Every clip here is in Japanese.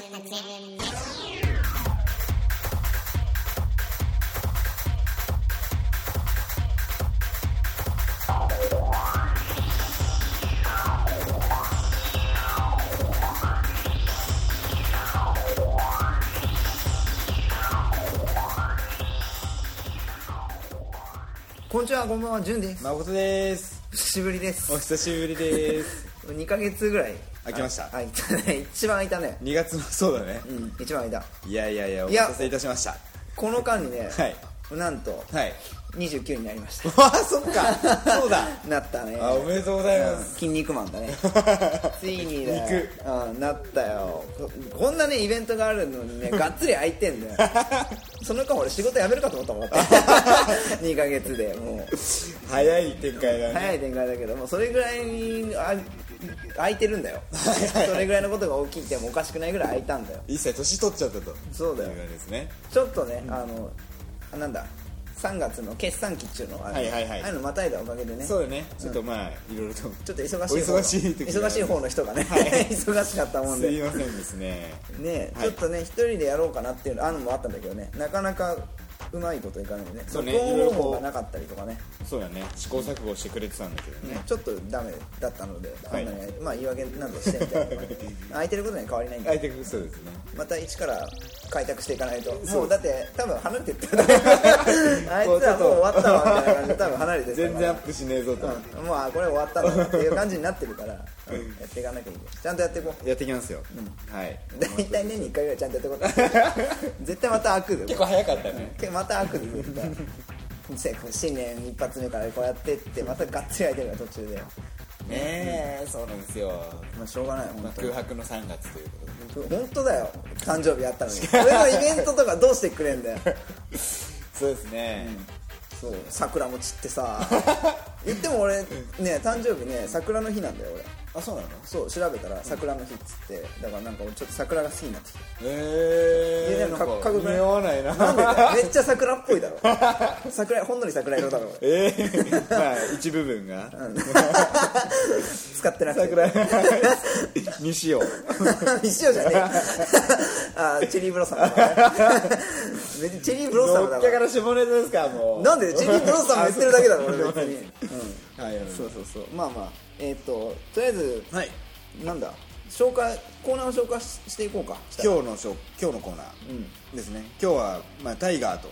こんにちは、こんばんは、じゅんです。 誠です。 久しぶりです。 お久しぶりです。 2ヶ月ぐらい空きました。 空いたね。一番空いたね。 2月の、そうだね。 一番空いた。 いやお待たせいたしました。 この間にね、 はい、 なんと、 はい、 29になりました。 わあ、そっか、そうだ。 なったね。 あ、おめでとうございます。 筋肉マンだね。ついにね、なったよ。こんなねイベントがあるのにね、がっつり空いてんだよ。その間俺仕事辞めるかと思ったもん。2ヶ月でもう早い展開だね。 早い展開だけども、それぐらいに空いてるんだよ。それぐらいのことが起きてもおかしくないぐらい空いたんだよ。 一切年取っちゃったと。 そうだよ。 ですね。 ちょっとね、なんだ、3月の決算期っていうのがああいうのまたいだおかげでね。 そうだね。ちょっとまあいろいろとちょっと忙しい方の人がね、忙しかったもんで。 すいませんですね。 ね、ちょっとね一人でやろうかなっていうのもあったんだけどね、なかなかうまいこといかないね。 そうね、 録音方法がなかったりとかね。 そうだね、試行錯誤してくれてたんだけどね、 ちょっとダメだったので、まあ言い訳などしてみたいな。空いてることには変わりないんで、 空いてる、そうですね。また一から開拓していかないと。もうだって多分離れてったらあいつはもう終わったわみたいな感じで多分離れてったから、 全然アップしねえぞと、 もうこれ終わったんだっていう感じになってるから、やっていかなきゃいい。ちゃんとやっていこう。 やっていきますよ。はい。 大体年に1回ぐらいちゃんとやっていこう。絶対また開くで。 結構早かったね。 また開くで絶対。新年一発目からこうやってってまたがっつり開いてるから途中で。 ねえ、そうなんですよ。 まあしょうがない。 空白の3月ということで。 本当だよ。誕生日やったのに。俺のイベントとかどうしてくれんだよ。 そうですね。 そう、桜も散ってさ。言っても俺ね、誕生日ね、桜の日なんだよ俺。 あ、そうなの？ そう、調べたら桜の日っつって、だからなんか俺ちょっと桜が好きになってきた。 なんか似合わないな。 なんでだよ。めっちゃ桜っぽいだろ。桜、ほんのり桜色だろ。 まあ一部分が使ってなくて。 桜未使用。 未使用じゃねえ。あ、チェリーブロッサムだからね。チェリーブロッサムだから。 のっけから下ネタですか、もう。 なんでチェリーブロッサム言ってるだけだろ俺別に。 はい、 そうそう。まあまあ、とりあえず、なんだ、コーナーを紹介していこうか。 今日のコーナーですね。今日はまあタイガーと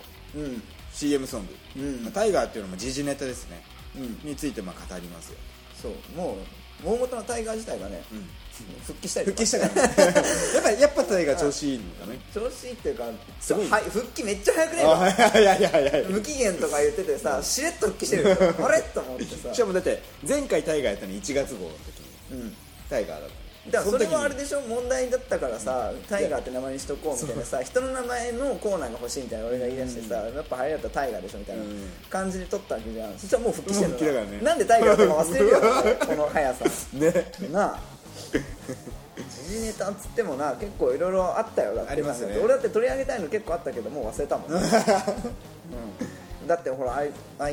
CM ソング、タイガーっていうのも時事ネタですね、についてまあ語りますよ。 そう、もう大元のタイガー自体がね、復帰したからね。やっぱタイガー調子いいんだね。 調子いいっていうか、復帰めっちゃ早くねえの。無期限とか言っててさ、しれっと復帰してる。あれと思ってさ。 しかもだって前回タイガーやったの1月号の時にタイガーだった。 だからそれはあれでしょ、問題だったからさ、タイガーって名前にしとこうみたいなさ、人の名前のコーナーが欲しいみたいな俺が言い出してさ、やっぱ流行ったタイガーでしょみたいな感じで撮ったわけじゃん。そしたらもう復帰してるの。なんでタイガーとか忘れるよこの速さなあ。時事ネタっつってもな、結構いろいろあったよ。だってありますよね。俺だって取り上げたいの結構あったけどもう忘れたもん。だってほら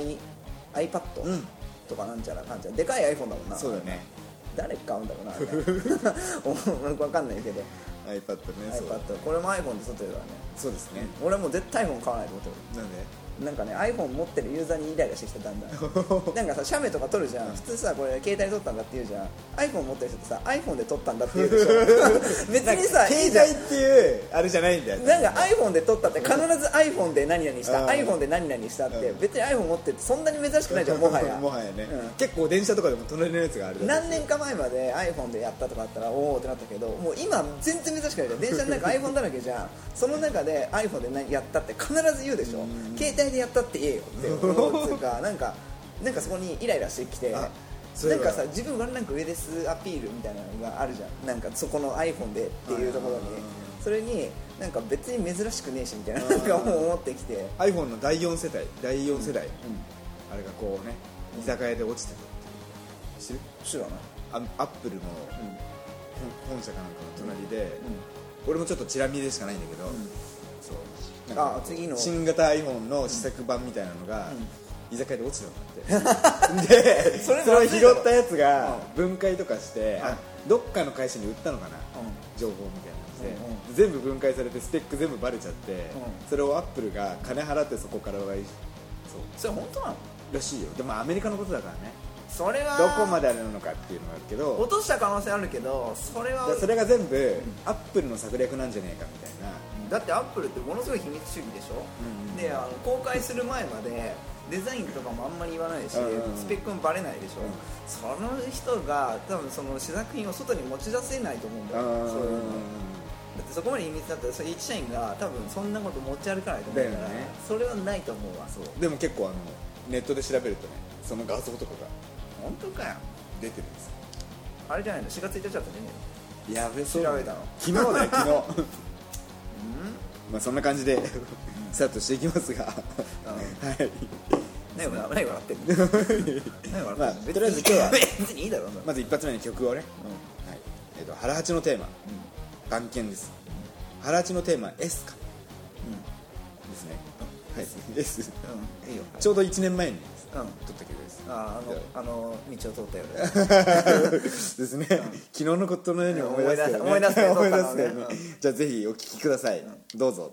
iPad とかなんちゃらかんちゃらでかい iPhone だもんな。 そうだね。 誰買うんだろうな。分かんないけど iPad ね。 これも iPhone で撮ってるからね。 そうですね。 俺はもう絶対 iPhone 買わないと思ってる。 なんで？ なんかね iPhone 持ってるユーザーにイライラしてきた。だんだんなんかさ、写メとか撮るじゃん。普通さ、これ携帯で撮ったんだって言うじゃん。 iPhone 持ってる人ってさ iPhone で撮ったんだって言うでしょ。別にさ、 携帯っていうあれじゃないんだよ。 なんか iPhone で撮ったって必ず iPhone で何々した、iPhone で何々したって、別に iPhone 持ってってそんなに珍しくないじゃん、もはや。 もはやね、結構電車とかでも隣のやつがある。 何年か前まで iPhone でやったとかあったらおおってなったけど、もう今全然珍しくないじゃん。電車の中 iPhone だらけじゃん。その中で iPhone でやったって必ず言うでしょ。携帯でやったって言えよって思うっていうか、なんかそこにイライラしてきて、なんかさ、自分ワンランク上ですアピールみたいなのがあるじゃん。なんかそこの iPhone でっていうところに、それになんか別に珍しくねえしみたいな、なんかもう思ってきて、 iPhone の第4世代あれがこうね、居酒屋で落ちてたっていう。 知らない？ アップルの本社かなんかの隣で、俺もちょっとチラ見でしかないんだけど、 次の新型 iPhone の試作版みたいなのが居酒屋で落ちてたんだって。でそれを拾ったやつが分解とかして、どっかの会社に売ったのかな、情報みたいな。 全部分解されてスペック全部バレちゃって、それをアップルが金払ってそこからはそれ本当なのらしいよ。でもアメリカのことだからね、 それはどこまであるのかっていうのがあるけど、 落とした可能性あるけど、それが全部アップルの策略なんじゃねえかみたいな。 だってアップルってものすごい秘密主義でしょ、で公開する前までデザインとかもあんまり言わないし、スペックもバレないでしょ、その人が多分その試作品を外に持ち出せないと思うんだよ、そういうのだってそこまで秘密だったら、それ一社員が多分そんなこと持ち歩かないと思うから、それはないと思うわ。そうでも結構ネットで調べるとね、その画像とかが本当かよ出てるんですよ。 あれじゃないの、4月1日だったんじゃねえの？ やべ、そう調べたの昨日だよ昨日まあそんな感じでスタートしていきますが、はい。 何笑ってんの？ まあとりあえず今日は別にいいだろうな。 まず一発目に曲をね、原八のテーマ、番犬です。原八のテーマ S か、ですね。はい、S。 いいよ。 ちょうど1年前に撮った曲です。 道を通ったよね。 ですね。昨日のことのように思い出すよね。 思い出すよね。じゃあぜひお聴きください。どうぞ。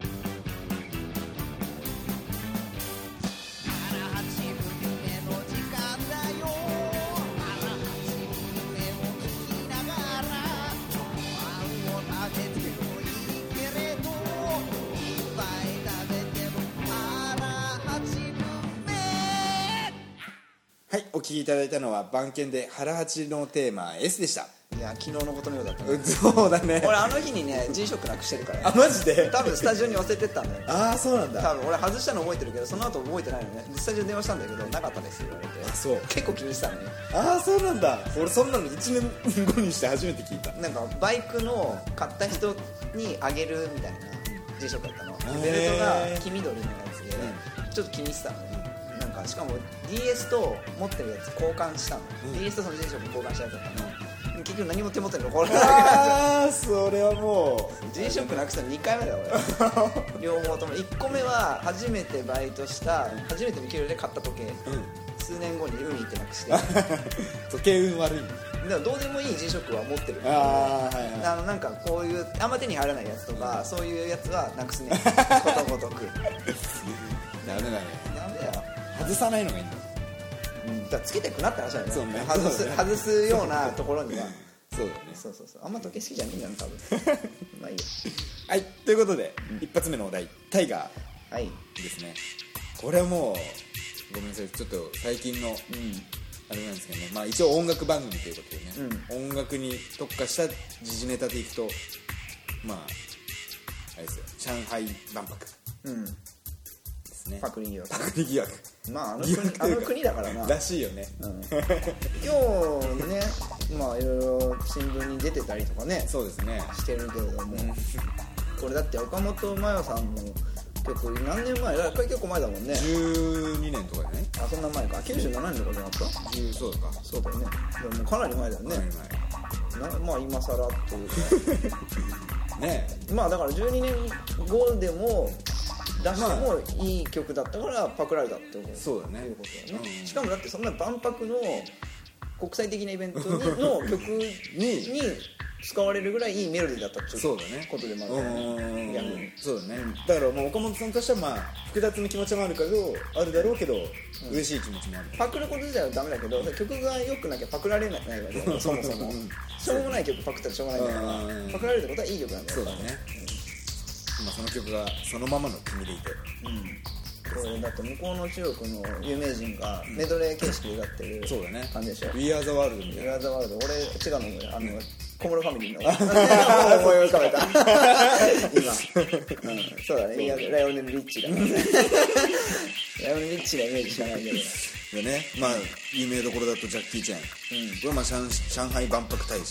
はい、お聴きいただいたのは番犬で原八のテーマ S でした。 いや、昨日のことのようだったね。 そうだね。 俺あの日にね G ショックなくしてるからね。 あ、マジで？ 多分スタジオに忘れてったんだよ。 ああ、そうなんだ。 多分俺外したの覚えてるけど、その後覚えてないのね。スタジオに電話したんだけどなかったですって言われて。 あ、そう。 結構気にしたのね。 ああ、そうなんだ。俺そんなの1年後にして初めて聞いた。 なんかバイクの買った人にあげるみたいな G ショックだったの。ベルトが黄緑のやつでちょっと気にしてたのね。なんかしかも DS と持ってるやつ交換したの、DS とその G ショック交換したやつだったの。結局何も手元に残らない。 ああ、それはもう G ショックなくしたの2回目だよ俺。両方とも。1個目は初めてバイトした初めての給料で買った時計、数年後に海行ってなくして時計運悪い。 でもどうでもいい G ショックは持ってるんだけど、なんかこういうあんま手に入らないやつとか、そういうやつはなくすね。ことごとくダメだね。 ダメだよ。 外さないのがいいんだ。 だからつけてくなって話だよね。 そうね。 外すようなところにはそうだね。 そうあんま時計好きじゃねえんだよ多分。まあいいよ。 はい、ということで、一発目のお題タイガーですね。これはもうごめんなさい、ちょっと最近のあれなんですけどね、まあ一応音楽番組ということでね、音楽に特化した時事ネタでいくと、まああれですよ、上海万博ですね。 パクリ疑惑。 パクリ疑惑。 まああの国だからな。 らしいよね。 今日ね、まあいろいろ新聞に出てたりとかね。 そうですね。 してるけれども、これだって岡本真代さんの曲何年前だ？これ結構前だもんね。 12年とかね。 あ、そんな前か。97年とかじゃなかった？ そうだか。 そうだよね。でもかなり前だよね。まあ今更っていうかね。 まあだから12年後でも出してもいい曲だったからパクられたってこと。 そうだね。 いうことだよね。しかもだってそんな万博の国際的なイベントの曲に使われるぐらいいいメロディーだったっていうことでもあるね。 そうだね。だからもう岡本さんとしてはまあ複雑な気持ちもあるだろうけど、嬉しい気持ちもある。 パクること自体はダメだけど、曲が良くなきゃパクられないわけだよ。そもそもしょうもない曲パクったらしょうがないんだから、パクられるってことはいい曲なんだよ。 そうだね。今その曲がそのままの君でいて、 これだって向こうの中国の有名人がメドレー形式で歌ってる感じでしょ。 We Are the World みたいな。 We Are the World。 俺違うの、小室ファミリーの思い浮かべた今、そうだね。ライオネル・リッチだからね。ライオネル・リッチのイメージしかないけどでね、まあ有名どころだとジャッキー・チェン、これはまあ上海万博大使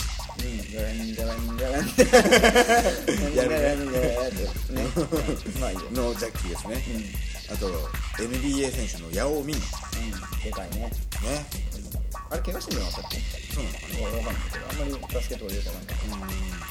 のジャッキーですね。あと NBA 選手のヤオミン、 でかいね。あれ怪我してるのかったっけ？ そうなのかな、 分かんないけど、あんまりバスケットボール出てないから。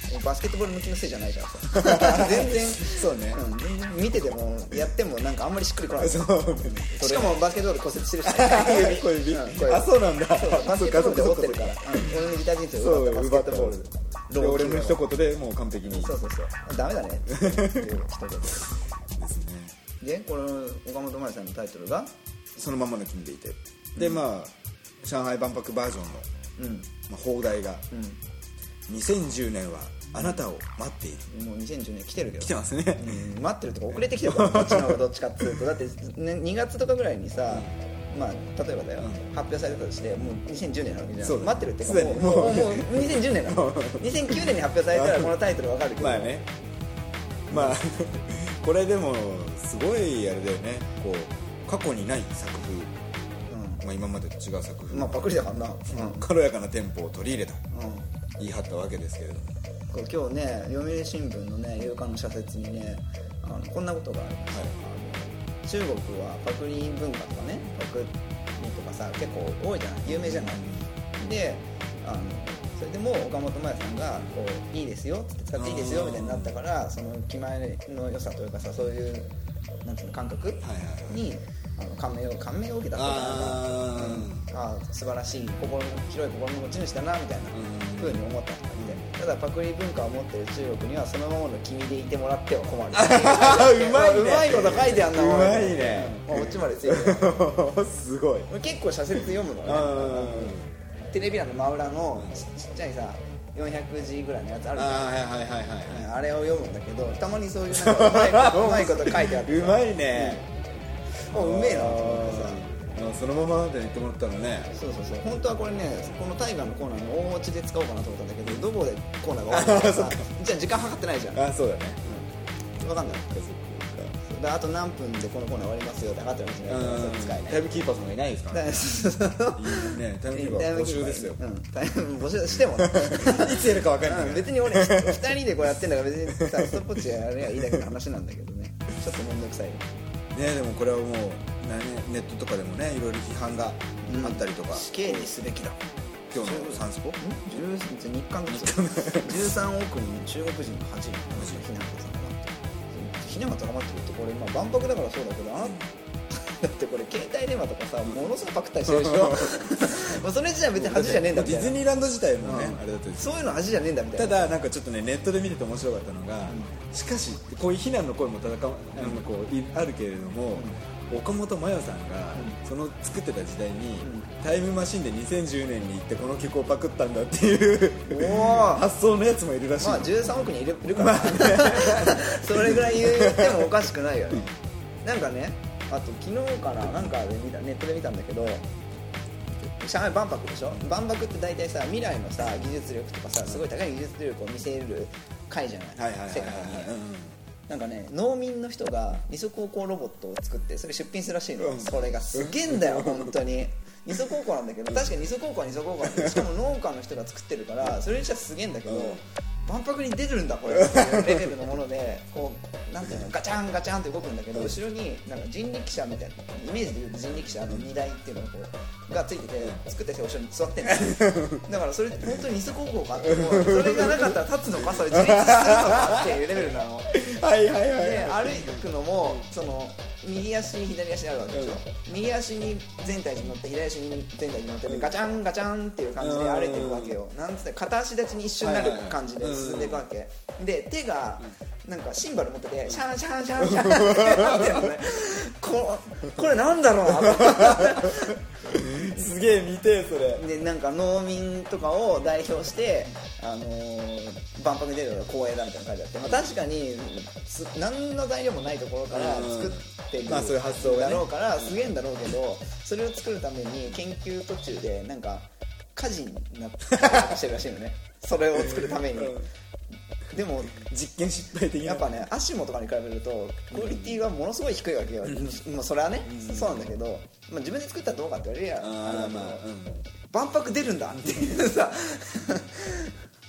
バスケットボール向きのせいじゃないからさ全然そうね、 全然見ててもやってもなんかあんまりしっくりこないそうしかもバスケットボール骨折してるし小指あ、そうなんだ。 バスケットボールで折ってるから俺のギター人生を奪ったバスケットボール俺の一言でもう完璧にそうダメだねっていう一言ですね。でこの岡本真夜さんのタイトルがそのままの君でいて、でまあ上海万博バージョンの、放題が、2010年はあなたを待っている。 もう2010年来てるけど来てますね、 待ってるとか遅れてきてるからこっちの方がどっちかっていうとだって、ね、2月とかぐらいにさ、まあ、例えばだよ、発表されたとしてもう2010年なわけじゃん、待ってるっていうかもう2010年なの2009年に発表されたらこのタイトルわかるけどまあね、まあこれでもすごいあれだよね、こう過去にない作風、まあ、今までと違う作風、 まあパクリだからな、 軽やかなテンポを取り入れた、言い張ったわけですけれども、 今日ね読売新聞のね夕刊の社説にねこんなことがありました、中国はパクリ文化とかねパクリとかさ結構多いじゃない、有名じゃない、でそれでも岡本真夜さんがこういいですよって使っていいですよみたいになったから、その気前の良さというかさ、そういうなんていうの感覚に感銘を受けたっていうか、素晴らしい広い心の持ち主だなみたいな風に思ったとか言って、ただパクリ文化を持っている中国にはそのままの君でいてもらっては困るうまいね、 うまいこと書いてあんなもん、 うまいね、 オチまでついてるすごい、 結構社説読むのね、テレビ欄の真裏のちっちゃいさ400字ぐらいのやつあるじゃん、あれを読むんだけど、たまにそういうなんかうまいこと書いてあってうまいね、 うめえなと思ってさ、 そのままで言ってもらったのね。 そう本当はこれねこのタイガーのコーナーの大落ちで使おうかなと思ったんだけど、どこでコーナーが終わるのかさじゃあ時間計ってないじゃん。 そうだね、 分かんないあと何分でこのコーナー終わりますよって測ってるんですね、使えないタイムキーパーさんがいないですからね、タイムキーパー募集ですよ、 タイム募集してもいつやるか分かんない、 別に俺2人でこうやってんだから別にさストップウォッチやればいいだけの話なんだけどね、ちょっとめんどくさいね。でもこれはもうネットとかでもねいろいろ批判があったりとか、 死刑にすべきだ今日のサンスポ日韓ですよ13億人中国人の8人避難が避難が高まってるって、これ万博だからそうだけど、だってこれ携帯電話とかさものすごいパクったりしてるでしょもうそれ自体別に恥じゃねえんだみたいな、 ディズニーランド自体もね、あれだったりそういうの恥じゃねえんだみたいな。 ただなんかちょっとねネットで見てて面白かったのが、しかしこういう非難の声もあるけれども、岡本真夜さんがその作ってた時代にタイムマシンで2010年に行ってこの曲をパクったんだっていう発想のやつもいるらしい。 まあ13億人いるから、それぐらい言ってもおかしくないよね。なんかね、あと昨日かななんかでネットで見たんだけど、上海万博でしょ。万博って大体さ未来のさ技術力とかさすごい高い技術力を見せる会じゃない、世界に。なんかね、農民の人が二足歩行ロボットを作ってそれ出品するらしいの、それがすげえんだよ本当に。二足歩行なんだけど、確かに二足歩行は二足歩行なんだけど、しかも農家の人が作ってるからそれにしてはすげえんだけど、万博に出るんだこれっていうレベルのもので、こうなんていうの、ガチャンガチャンって動くんだけど、後ろになんか人力車みたいなイメージでいうと人力車の荷台っていうのがついてて、作った人が後ろに座ってんだよだからそれ本当に二足歩行かって、それがなかったら立つのか、それ自立するのかっていうレベルなので、歩くのもその右足左足にあるわけでしょ、右足に全体に乗って左足に全体に乗ってガチャンガチャンっていう感じで歩いていくわけよ。なんつって片足立ちに一瞬なる感じで進んでいくわけで、手がなんかシンバル持っててシャンシャンシャンシャンってなってるのね。これなんだろうなすげえ見てそれで、なんか農民とかを代表して万博に出るのが光栄だみたいな感じであって、まあ、確かに何の材料もないところから作ってるんだろうからすげえんだろうけど、それを作るために研究途中でなんか火事になってしてるらしいのねそれを作るためにでも実験失敗的なやっぱね、アシモとかに比べるとクオリティがものすごい低いわけよ、まあ、それはね、そうなんだけど、まあ、自分で作ったらどうかって言われりゃ万博出るんだっていうさ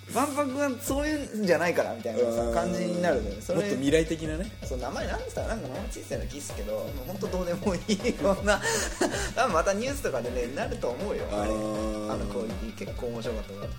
万博はそういうんじゃないからみたいな感じになるのよ。 それもっと未来的なね。 そう名前なんでさ、なんか名前ついてたような気すけど、もう本当どうでもいいような多分またニュースとかでねなると思うよ。あの攻撃結構面白かったから。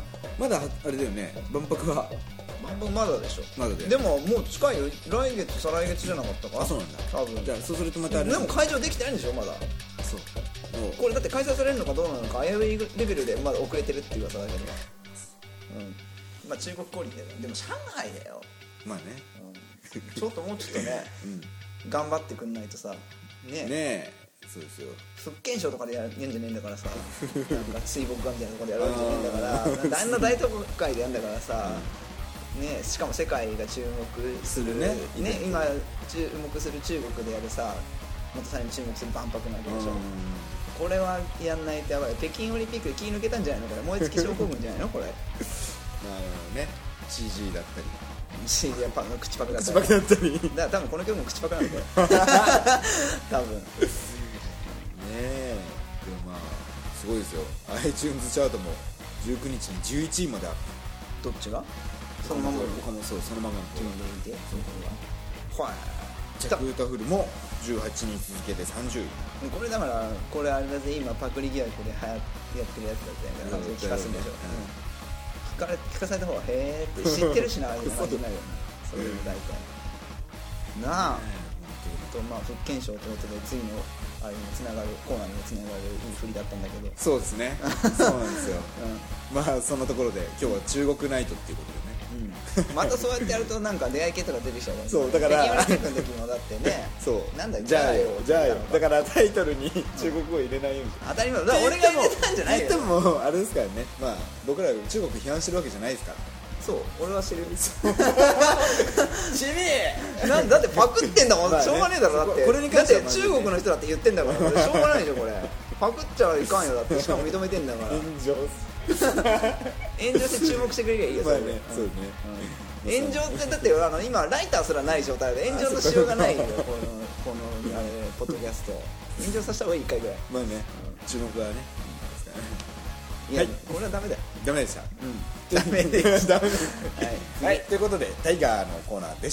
まだあれだよね、万博は。 万博まだでしょ。 まだでももう近いよ、来月再来月じゃなかったか。 あ、そうなんだ。 多分。 じゃあそうするとまたあれでも会場できてないんでしょまだ。 そう。 これだって開催されるのかどうなのか危ういレベルでまだ遅れてるっていう噂だけど、まあ中国降臨でも上海だよ。 まあね、 ちょっともうちょっとね、頑張ってくんないとさね。そうですよ。 福建省とかでやるんじゃねえんだからさなんか水墨画みたいなところでやるんじゃねえんだからあんな大都会でやるんだからさ、ね、しかも世界が注目するね今注目する中国でやるさ、またさらに注目する万博なわけでしょ。これはやんないとやばい。北京オリンピックで気抜けたんじゃないのこれ。燃え尽き症候群じゃないのこれ。 ね CG だったり CG や口パクだったりだから多分この曲も口パクなんだよ多分ね。でもまあすごいですよ。 iTunes チャートも19日に11位まである。 どっちがそのまま他もそうそのままの自分で見てその方がジャクータフルも18人続けて30位。 これだからこれあれだぜ、今パクリ疑惑でやってるやつだぜみたいな感じで聞かすんでしょ。聞かされた方がへーって知ってるしなみたいな感じになるよねそれも大体なあ。まあ福建省ということで次のあれにつながるコーナーにもつながるいい振りだったんだけど。 そうですねそうなんですよ、まあそんなところで今日は中国ナイトっていうことでね、 またそうやってやるとなんか出会い系とか出てきちゃうから。 そうだから北京オリンピックの時もだってねそうなんだじゃあよだからタイトルに中国語入れないように当たり前だ。俺が入れたんじゃないよ。 言ってもあれですからね、まあ僕ら中国批判してるわけじゃないですから。 そう俺は知る知りだってパクってんだもん、しょうがねえだろ。だってこれに関してはだって中国の人だって言ってんだからしょうがないでしょこれ。パクっちゃいかんよだって。しかも認めてんだから炎上炎上して注目してくれりゃいいよそれで。 そうね炎上ってだって今ライターすらない状態で炎上のしようがないよこのポッドキャスト炎上させた方がいい1回ぐらい。 まあね注目はねいやこれはダメだよ。 ダメでしたダメですダメですはいということでタイガーのコーナーでした。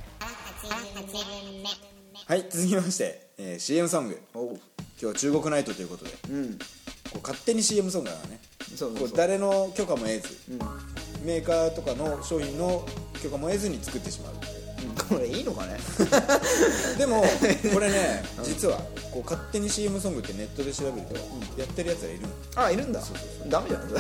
はい続きまして、CM ソング。今日は中国ナイトということで、こう勝手に CM ソングがねこう誰の許可も得ず、メーカーとかの商品の許可も得ずに作ってしまう。 これいいのかねでもこれね実はこう勝手に CM ソングってネットで調べるとやってるやつがいるの。 あいるんだ。ダメじゃん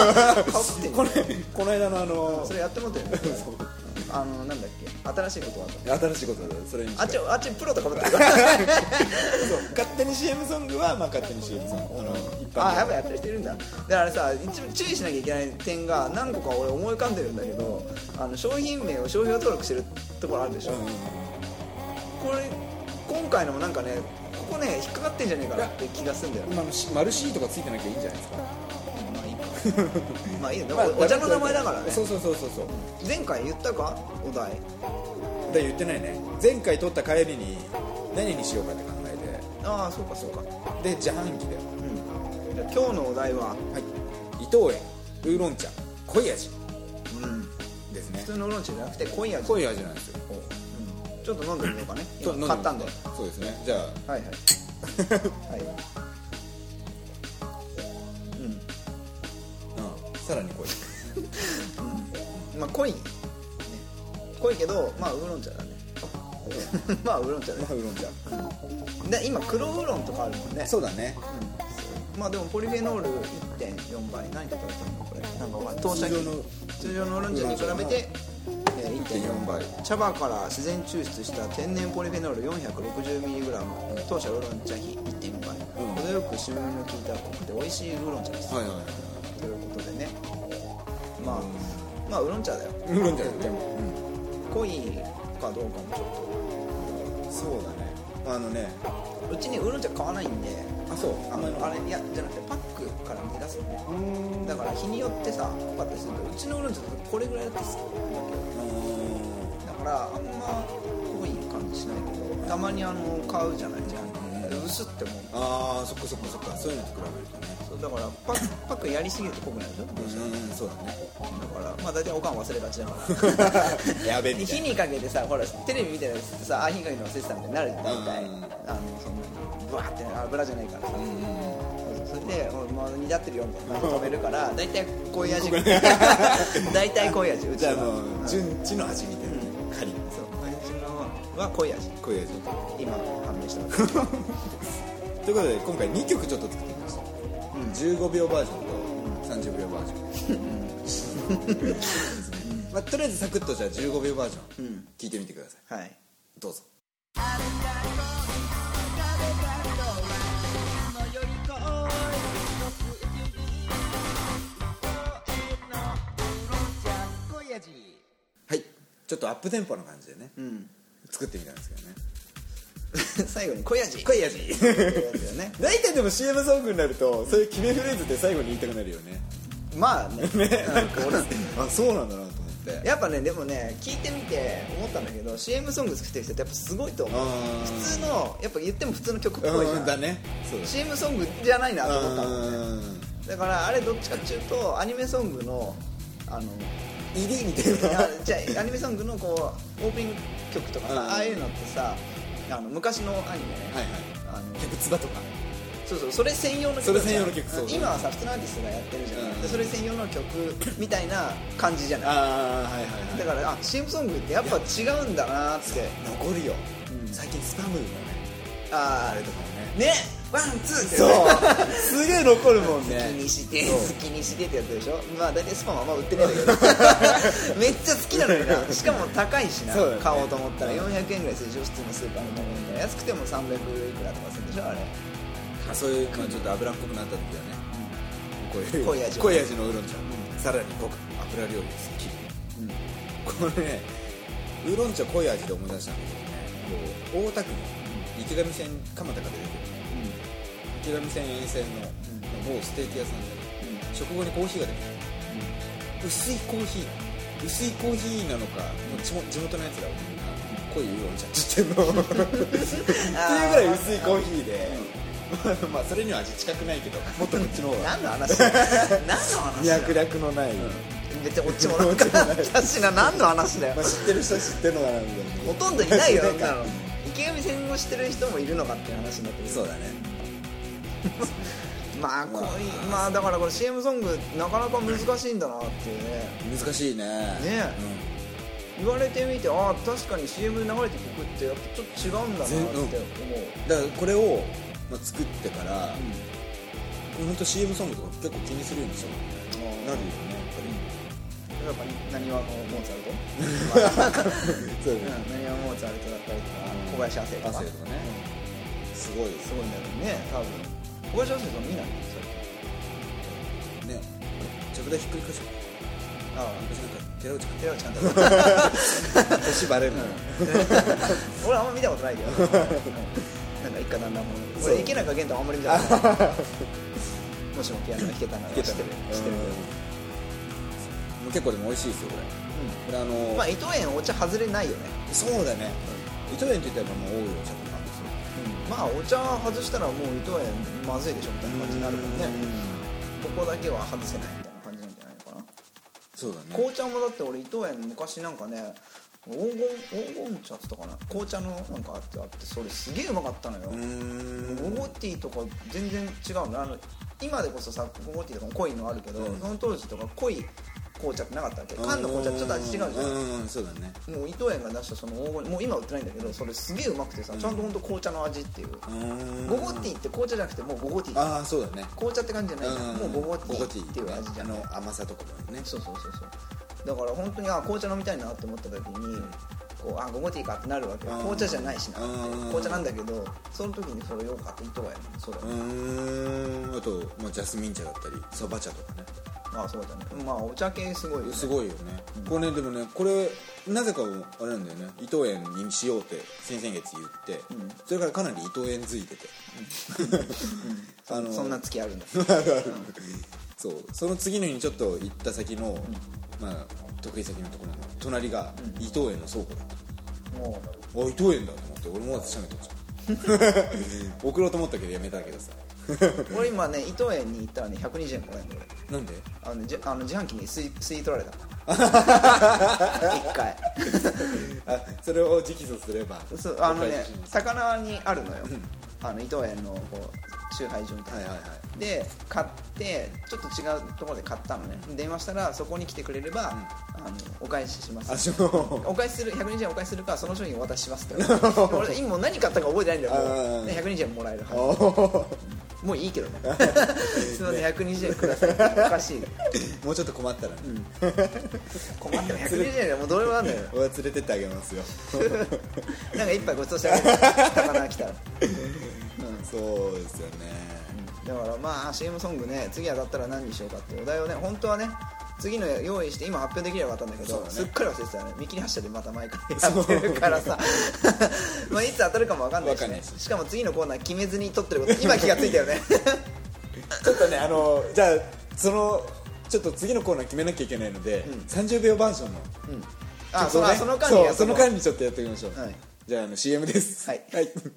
この間のそれやってもってるなんだっけ新しいことは新しいことだそれにあっちプロとかぶってるからそう勝手に CM ソングはまあ勝手に CM ソング一般やっぱやってる人いるんだ。だからさ一番注意しなきゃいけない点が何個か俺思い浮かんでるんだけど商品名を商標登録してるところあるでしょ。これ今回のもなんかねここね引っかかってんじゃねえかなって気がするんだよ。 マルシーとかついてなきゃいいんじゃないですか。 まあいいよねお茶の名前だからね。 そう前回言ったかお題言ってないね。前回取った帰りに何にしようかって考えてそうかで自販機でじゃあ今日のお題は伊藤園ウーロン茶濃い味ですね。 普通のウーロン茶じゃなくて濃い味なんですよ。 ちょっと飲んでみようかね。今買ったんで。 そうですね。じゃあはいさらに濃いまあ濃いけどまあウーロン茶だねまあウーロン茶ね。で今黒ウーロンとかあるもんね。 そうだね。 まあでもポリフェノール 1.4 倍何とかだったのこれなんか通常のウーロン茶に比べて1.4 倍茶葉から自然抽出した天然ポリフェノール 460mg 当社ウーロン茶比 1.4 倍程よく渋みの効いた濃くて美味しいウーロン茶です。ということでねまあウーロン茶だよ。 ウーロン茶だよでも濃いかどうかもちょっとそうだねうちにウーロン茶買わないんで。 そうあれいやじゃなくてパックから出すのね。だから日によってさパッとするとうちのウーロン茶だとこれぐらいだって好きだからあんま濃い感じしないけどたまに買うじゃないじゃん。う薄って思う。 ああそっかそういうのと比べるとね。 そうだからパックやりすぎると濃くなるでしょ。 そうだね。 だからまあ大体おかん忘れがちだからやべえみたいな。 火にかけてさ、ほらテレビ見てるやつってさ、火にかけて忘れてたみたいになるじゃん大体。そのブワーって油じゃないからさ。それでもう煮立ってるよみたいな止めるから大体濃い味。大体濃い味。うちは純ちの味みたいな。カリッ。 そう。うちのは濃い味。今判明した。 ということで今回2曲ちょっと作ってみました。15秒バージョンと30秒バージョン。まあとりあえずサクッとじゃあ15秒バージョン聞いてみてください。 はい。 どうぞ。はい、ちょっとアップテンポな感じでね、作ってみたんですけどね。 最後に濃い味大体でも CM ソングになるとそういう決めフレーズって最後に言いたくなるよね。 まあねなんか俺あそうなんだなと思って。 やっぱねでもね聞いてみて思ったんだけど CM ソング作ってる人ってやっぱすごいと思う。普通のやっぱ言っても普通の曲っぽいじゃん。 だね。そうだ CM ソングじゃないなと思ったもんね。だからあれどっちかっていうとアニメソングの入りみたいなじゃあアニメソングのこうオープニング曲とかさ、ああいうのってさ昔のアニメね、 キャプツバとか、 そうそれ専用の曲。 それ専用の曲。 今はさ普通のアーティストがやってるじゃん、でそれ専用の曲みたいな感じじゃない。だからCM ソングってやっぱ違うんだなって残るよ。最近スパムのねあれとかもねワンツーってそうすげえ残るもんね。 好きにしてってやつでしょ。まあ大体スパムあんま売ってないんだけどめっちゃ好きなのにな。しかも高いしな、買おうと思ったら400円ぐらいするでしょ普通のスーパーのもので。安くても300いくらとかするんでしょあれ。 そういうちょっと油っぽくなった時はね、こういう濃い味のウーロン茶、さらに濃く油料理ですっきり。これねウーロン茶濃い味で思い出したんだけどね、大田区の池上線蒲田から出てくる池上線沿線の某ステーキ屋さんで食後にコーヒーが出てくる。薄いコーヒーなのか地元のやつらは濃いウーロン茶って言ってんのっていうぐらい薄いコーヒーで、まあそれには味近くないけどもっとこっちの方が何の話脈絡のない、 めっちゃオチもなかったしな。何の話だよ。 知ってる人は知ってるのかなみたいな。 ほとんどいないよ池上線を知ってる人もいるのかっていう話になってる。 そうだねまあだからこれ CM ソングなかなか難しいんだなっていうね。 難しいね。 言われてみて確かに CM 流れてる曲ってやっぱちょっと違うんだなって思う。 だからこれを作ってから本当 CM ソングとか結構気にするようにしようなるよねやっぱりなにわのモーツァルトそうなにわモーツァルトだったりとか小林亜生とかね、すごいんだよね多分。小林亜生さん見ないの最近ね。ちょっとだけひっくり返しよう。私なんか寺内監督年バレるの俺あんま見たことないけどなんか一家だんだんも俺池中玄太あんまり見たことないもしもピアノ弾けたなら知ってる結構でも美味しいですよこれ。 まあ伊藤園お茶外れないよね。 そうだね。伊藤園って言ったらもう多いお茶とかまあお茶外したらもう伊藤園まずいでしょみたいな感じになるもんね。ここだけは外せないみたいな感じなんじゃないのかな。 そうだね。 紅茶もだって俺伊藤園昔なんかね黄金茶って言ったかな、紅茶のなんかあってそれすげえうまかったのよ。ゴゴティーとか全然違うの。今でこそさゴゴティーとかも濃いのあるけど、その当時とか濃い紅茶ってなかったわけ。缶の紅茶ちょっと味違うじゃん。 そうだね。 もう伊藤園が出したその黄金、もう今売ってないんだけどそれすげえうまくてさ、ちゃんと本当紅茶の味っていう。ゴゴティーって紅茶じゃなくてもうゴゴティー。 ああそうだね。 紅茶って感じじゃないじゃん。もうゴゴティーっていう味じゃん。 甘さとかもね。 そうだから本当に紅茶飲みたいなって思った時にこうゴゴティーかってなるわけよ。紅茶じゃないしな、紅茶なんだけどその時にそれよかった伊藤園それ。 あと、ジャスミン茶だったりそば茶とかね。 そうだね。お茶系すごいよね。 すごいよね。これねでもねこれなぜかあれなんだよね。伊藤園にしようって先々月言って、それからかなり伊藤園づいててそんな月あるんだそうその次の日にちょっと行った先の、得意先のところの隣が伊藤園の倉庫だった。伊藤園だと思って俺もまずしゃべってました。 送ろうと思ったけどやめたけどさ俺今ね伊藤園に行ったらね120円もらえるの俺。なんで？ 自販機に吸い取られた1回それを直訴すれば。 そう高輪にあるのよ、伊藤園のこう集配所みたいな、で買ってちょっと違うところで買ったのね。電話したらそこに来てくれれば、お返しします。お返しする120円お返しするかその商品お渡ししますって俺今もう何買ったか覚えてないんだよ。もうで120円もらえるはず。もういいけどねすいません120円ください。おかしいもうちょっと困ったら、 困ったら120円でもうどうにもなんだよ俺は連れてってあげますよなんか一杯ごちそうしてあげる高菜来たらそうですよね。 だからまあ CM ソングね次当たったら何にしようかっていうお題をね本当はね次の用意して今発表できればよかったんだけど、すっかり忘れてたよね。見切り発車でまた毎回やってるからさまあいつ当たるかも分かんないしね。しかも次のコーナー決めずに撮ってること今気がついたよねちょっとねじゃあちょっと次のコーナー決めなきゃいけないので、30秒バージョンの、その間にちょっとやっておきましょう。じゃあCM です。はい、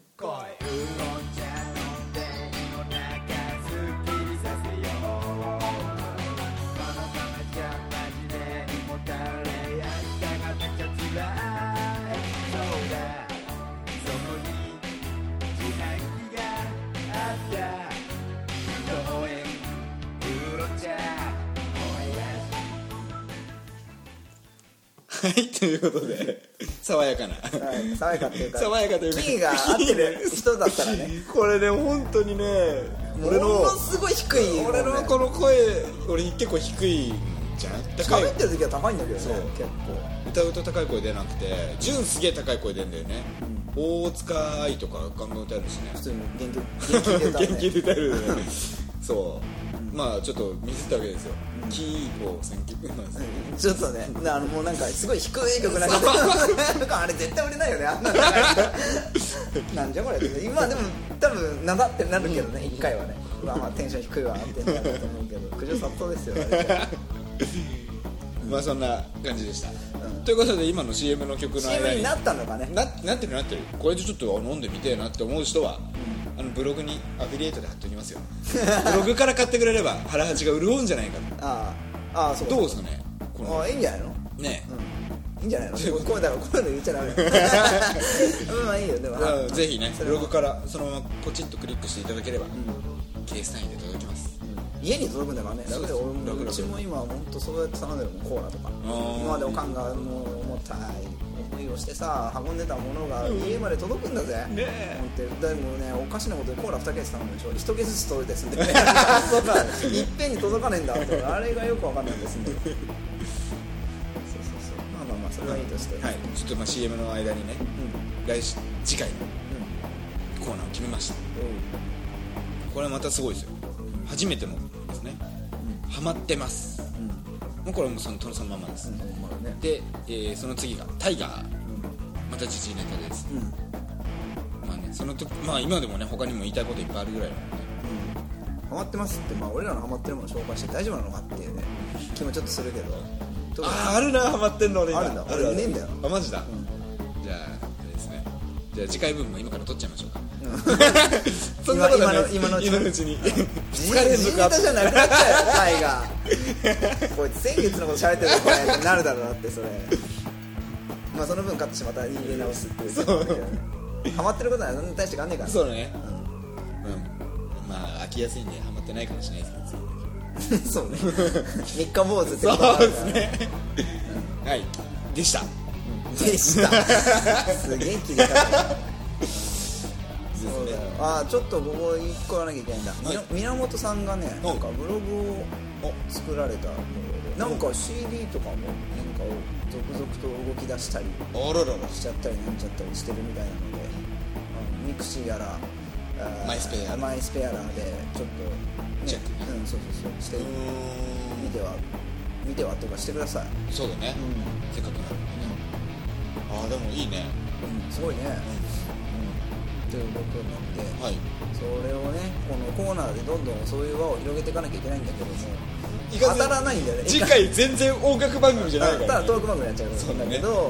はいということで爽やかな、 爽やかっていうかキ爽やかというかーが合ってる人だったらねこれね本当にね俺のものすごい低い、ね、 俺のこの声俺結構低いじゃん。 喋ってる時は高いんだけどね。結構歌うと高い声出なくて純すげえ高い声出るんだよね、大塚愛とかガンガン歌えるしね。 普通に元気で歌うね元気で歌えるねそう、まあちょっとミスったわけですよ、キーを選曲ちょっとねもうなんかすごい低い曲なんかあれ絶対売れないよねあんななんじゃこれ今でも多分なだってなるけどね、1回はねまあテンション低いわってなると思うけど苦情殺到ですよまあそんな感じでした、ということで今の CM の曲の間に CM になったのかね。 なってるこれでちょっと飲んでみてえなって思う人は、ブログにアフィリエイトで貼っておきますよブログから買ってくれれば腹八が潤うんじゃないかと。 あそうどうですかねいいんじゃないのね、 いいんじゃないのこういうの言っちゃダメまあいいよでもぜひねブログからそのままポチッとクリックしていただければ、ケース単位で届きます。 家に届くんだからね。楽で俺もうちも今本当そうやって頼んでるもん、コーラとか。今までおかんがもう重たい思いをしてさ運んでたものが家まで届くんだぜ。ねえ。でもねおかしなことでコーラ2ケース頼むでしょ。1ケースずつ届いてすんでね。そうだ。いっぺんに届かねえんだって。あれがよくわかんないんですね。そうまあそれはいいとして。 はい。ちょっとまあ CM の間にね、次回のコーナーを決めました。これまたすごいですよ。初めてのですね、ハマってます、もうこれもそのままです、で、その次がタイガー、また時事ネタです、まあね、その時まあ今でもね他にも言いたいこといっぱいあるぐらいなので、 ハマってますって、まあ俺らのハマってるもの紹介して大丈夫なのかっていうね気もちょっとするけど、 あるなハマってんの俺あるんだ、俺いねえんだよ。 マジだ、じゃああれですね、じゃあ次回分も今から撮っちゃいましょうか。そんなことない、今のうちに2日連続ネタじゃなくなっちゃうよタイがこいつ先月のこと喋ってるのってなるだろうなってそれ。まあその分カットしてまた入れ直すっていうハマってることは何に対して変わんねえから。 そうだね、まあ飽きやすいんでハマってないかもしれないですけどそうね三日坊主ってそうですねはいでしたすげえ切り方そうだよ。ちょっとここ1個やらなきゃいけないんだ、源さんがねなんかブログを作られたもので、なんか CD とかもなんか続々と動き出したりしちゃったりなんちゃったりしてるみたいなので、ミクシーやらマイスペアラーでちょっとチェックね、 そうして見てはとかしてください。 そうだね、せっかくなのでね。でもいいね、 すごいね、ということなんで、それをねこのコーナーでどんどんそういう輪を広げていかなきゃいけないんだけども当たらないんだよね。 次回全然音楽番組じゃないから、 ただトーク番組になっちゃうんだけど、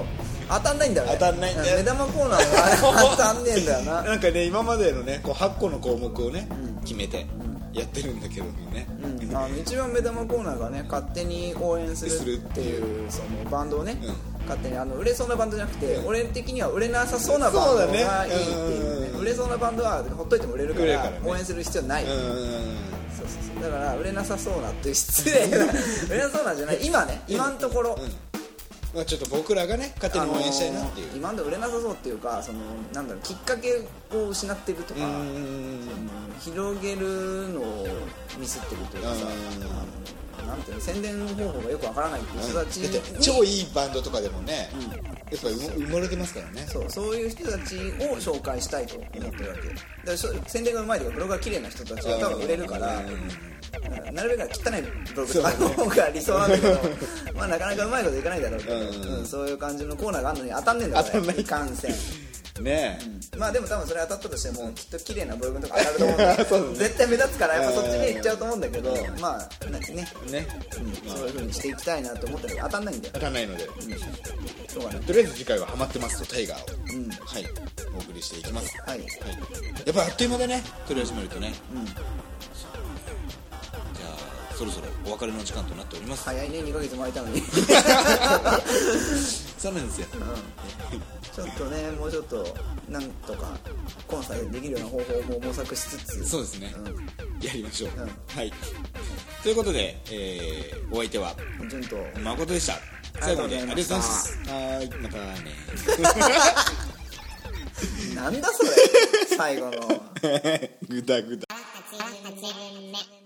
当たんないんだよね。 当たんないんだよ。 目玉コーナーが当たんねえんだよな。 なんかね、今までのねこう8個の項目をね、決めてやってるんだけどもね、 一番目玉コーナーがね、勝手に応援するっていうそのバンドをね、勝手に売れそうなバンドじゃなくて、俺的には売れなさそうなバンドがいいっていうね。売れそうなバンドはほっといても売れるから応援する必要ない。だから売れなさそうなっていう失礼な売れなそうなんじゃない、今ね、今のところ、 まあ、ちょっと僕らがね勝手に応援したいなっていう、 今まで売れなさそうっていうか、そのなんだろう、きっかけを失ってるとか、広げるのをミスってるというかさ、なんていうの、宣伝方法がよくわからないっていう人たちに、 超いいバンドとかでもね、やっぱ埋もれてますからね。 そういう人たちを紹介したいと思ってるわけだから、宣伝がうまいとかブログが綺麗な人たちが多分売れるから、なるべく汚いブログとかの方が理想なんだけどまあなかなかうまいこといかないだろうけど、そういう感じのコーナーがあるのに当たんねえんだよね、いかんせんねえ。まあでも多分それ当たったとしてもきっと綺麗なブログとか当たると思うんだけど絶対目立つからやっぱそっちに行っちゃうと思うんだけど、まあね、そういう風にしていきたいなと思ったけど当たんないんだよ。 当たんないので、 そうだね。 とりあえず次回はハマってますとタイガーを、はい、お送りしていきます。やっぱあっという間だね、取り始めるとね。じゃあそろそろお別れの時間となっております。 早いね、2ヶ月も空いたのにそうなんですよ、 ちょっとね、もうちょっとなんとかコンサートできるような方法も模索しつつ、 そうですね、やりましょう、はい。ということで、お相手は順と誠でした。最後までありがとうございます。はい、またねなんだそれ最後のグダグダ。 8分目